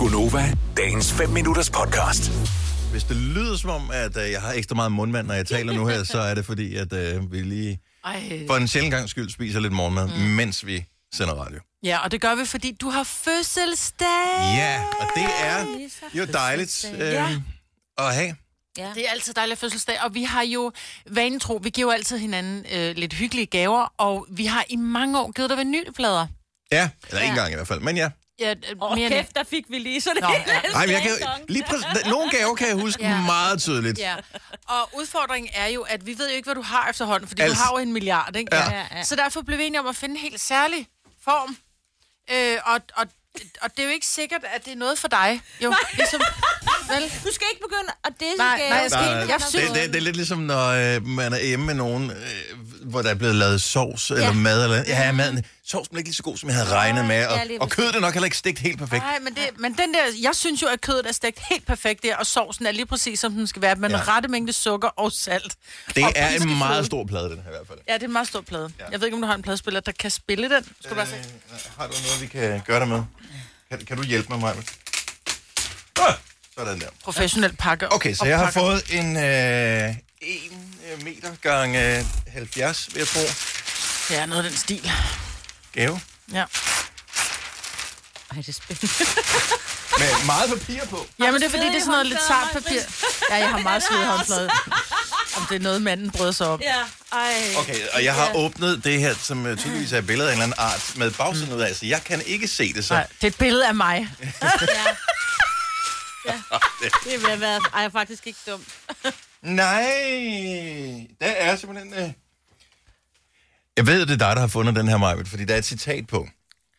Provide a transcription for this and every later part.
Gunova, dagens 5 minutters podcast. Hvis det lyder som om, at jeg har ekstra meget mundvand, når jeg taler nu her, så er det fordi, at vi lige for en sjældent gang skyld spiser lidt morgenmad, mens vi sender radio. Ja, og det gør vi, fordi du har fødselsdag. Ja, og det er jo dejligt at have. Ja. Det er altid dejligt at fødselsdag, og vi har jo vanen tro, vi giver jo altid hinanden lidt hyggelige gaver, og vi har i mange år givet dig vinylplader. Ja, eller en gang i hvert fald, men ja. Ja, kæft, der fik vi lige sådan Nej, men jeg kan lige nogle gaver kan jeg huske meget tydeligt. Ja. Og udfordringen er jo, at vi ved jo ikke, hvad du har efterhånden, fordi du har jo 1 milliard, ikke? Ja. Så derfor blev vi enige om at finde en helt særlig form. Og det er jo ikke sikkert, at det er noget for dig. Jo, ligesom, vel? Du skal ikke begynde at disse det er lidt ligesom, når man er hjemme med nogen, hvor der er blevet lavet sovs eller mad. Eller, ja, maden. Sovs blev ikke lige så god, som jeg havde regnet med. Og kødet er nok heller ikke stegt helt perfekt. Nej, men den der, jeg synes jo, at kødet er stegt helt perfekt der, og sovsen er lige præcis, som den skal være, med en rette mængde sukker og salt. Det er en meget stor plade, den her i hvert fald. Ja, det er en meget stor plade. Ja. Jeg ved ikke, om du har en pladespiller, der kan spille den. Skal du bare se? Har du noget, vi kan gøre det med? Kan du hjælpe mig, Maja? Sådan der. Professionel pakke. Okay, så jeg har fået en 1 meter gange 70, vil jeg tro. Ja, noget af den stil. Gave. Ja. Ej, det er spændende. Med meget papir på. Jamen, det er fordi, det er sådan noget lidt sart papir. Ja, jeg har meget svedet håndflade. Om det er noget, manden bryder sig om. Ja, ej. Okay, og jeg har åbnet det her, som tydeligvis er et billede af en eller anden art, med bagsiden ud af, så jeg kan ikke se det så. Nej, det er et billede af mig. Det vil være faktisk ikke dumt. Nej, der er simpelthen... Jeg ved, det er dig, der har fundet den her, Maja, fordi der er et citat på.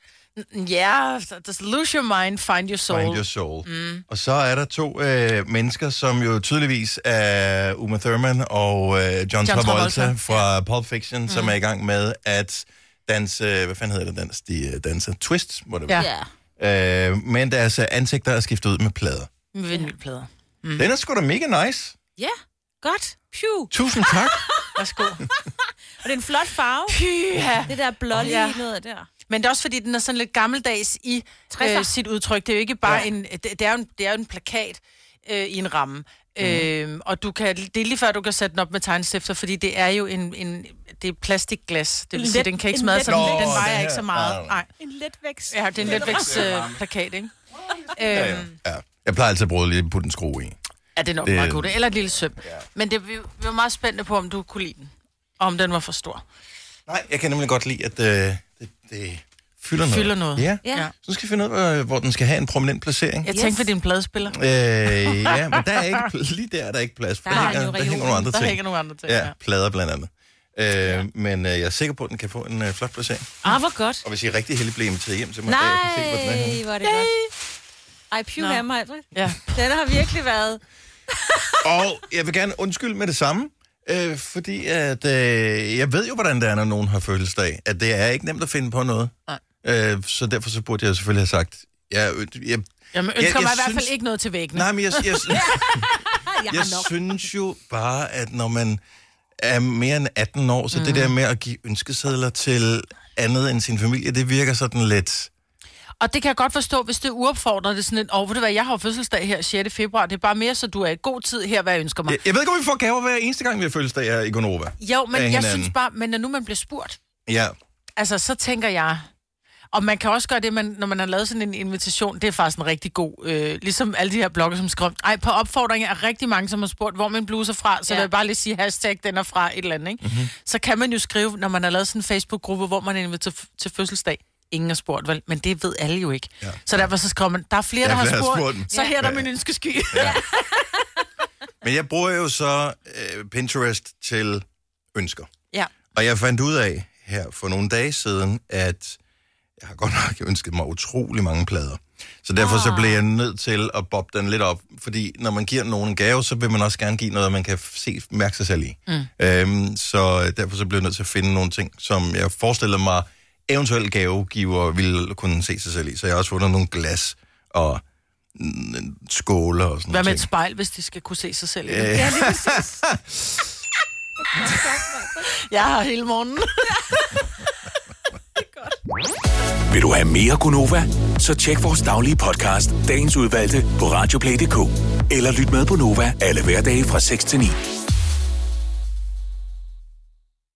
Ja, lose your mind, find your soul. Find your soul. Og så er der 2 mennesker, som jo tydeligvis er Uma Thurman og John Travolta fra Pulp Fiction, som er i gang med at danse... Hvad fanden hedder det dans? De danser twist, må det være. Ja. Men deres ansigter er skiftet ud med plader. Med vinylplader. Den er sgu da mega nice. Ja, godt. Phew. Tusind tak. Værsgo. Og det er en flot farve. Pyha. Det der blålige noget der. Men det er også fordi, den er sådan lidt gammeldags i sit udtryk. Det er jo ikke bare det er jo en plakat i en ramme. Og det er lige før, du kan sætte den op med tegnstifter, fordi det er jo det er plastikglas. Det vil sige, den kan ikke smadre sig. Den vejer ikke så meget. Nej. En letvækst. Ja, det er en letvækst plakat, ikke? Ja. Jeg plejer altid at bruge lige putte en skrue i. Ja, det er nok meget godt. Eller et lille søm. Ja. Men vi var meget spændte på, om du kunne lide den. Og om den var for stor. Nej, jeg kan nemlig godt lide, at det fylder noget. Ja. Så skal vi finde ud af, hvor den skal have en prominent placering. Jeg tænkte, det er en pladespiller. Ja, men der er ikke, lige der er der ikke plads. For der hænger nogle andre ting. Der hænger nogle andre ting, ja. Plader blandt andet. Men jeg er sikker på, at den kan få en flot placering. Hvor godt. Og hvis I er rigtig heldig, bliver inviteret hjem til mig, jeg kan se, hvor den er henne. Hvor er det godt. Ej, pyha mig. Ja. Den har virkelig været... Og jeg vil gerne undskylde med det samme. Fordi at jeg ved jo, hvordan det er, når nogen har fødselsdag. At det er ikke nemt at finde på noget. Så derfor så burde jeg selvfølgelig have sagt... Jeg ønsker mig i hvert fald ikke noget til væggene. Nej, men jeg synes jo bare, at når man er mere end 18 år, så det der med at give ønskesedler til andet end sin familie, det virker sådan lidt... Og det kan jeg godt forstå, hvis det er uopfordret. Det er sådan et, ved du hvad, jeg har fødselsdag her 6. februar. Det er bare mere, så du er i god tid her, hvad jeg ønsker mig. Jeg ved ikke, om vi får gaver hver eneste gang, vi har fødselsdag her i Gonova. Jo, men jeg synes bare, men når nu man bliver spurgt, altså så tænker jeg, og man kan også gøre det, når man har lavet sådan en invitation, det er faktisk en rigtig god, ligesom alle de her blogger, som skriver, på opfordring er rigtig mange, som har spurgt, hvor min bluse er fra, så vil jeg bare lige sige, hashtag, den er fra et eller andet, ikke? Mm-hmm. Så kan man jo skrive, når man har lavet sådan en Facebook-gruppe, hvor man er inviteret til fødselsdag. Ingen har spurgt, vel? Men det ved alle jo ikke. Ja. Så derfor så skriver man, der er flere, der har spurgt, så her er der min ønskesky. Ja. Men jeg bruger jo så Pinterest til ønsker. Ja. Og jeg fandt ud af her for nogle dage siden, at jeg har godt nok ønsket mig utrolig mange plader. Så derfor så blev jeg nødt til at bobbe den lidt op. Fordi når man giver nogen en gave, så vil man også gerne give noget, man kan mærke sig selv i. Så derfor så blev jeg nødt til at finde nogle ting, som jeg forestillede mig, eventuelle gavegiver ville kunne se sig selv i. Så jeg har også fundet nogle glas og skåler og sådan noget. Hvad med et spejl, hvis de skal kunne se sig selv i det? Ja, lige præcis. Jeg har hele morgenen. Det er godt. Vil du have mere Gunova? Så tjek vores daglige podcast, dagens udvalgte, på radioplay.dk. Eller lyt med på Nova alle hverdage fra 6 til 9.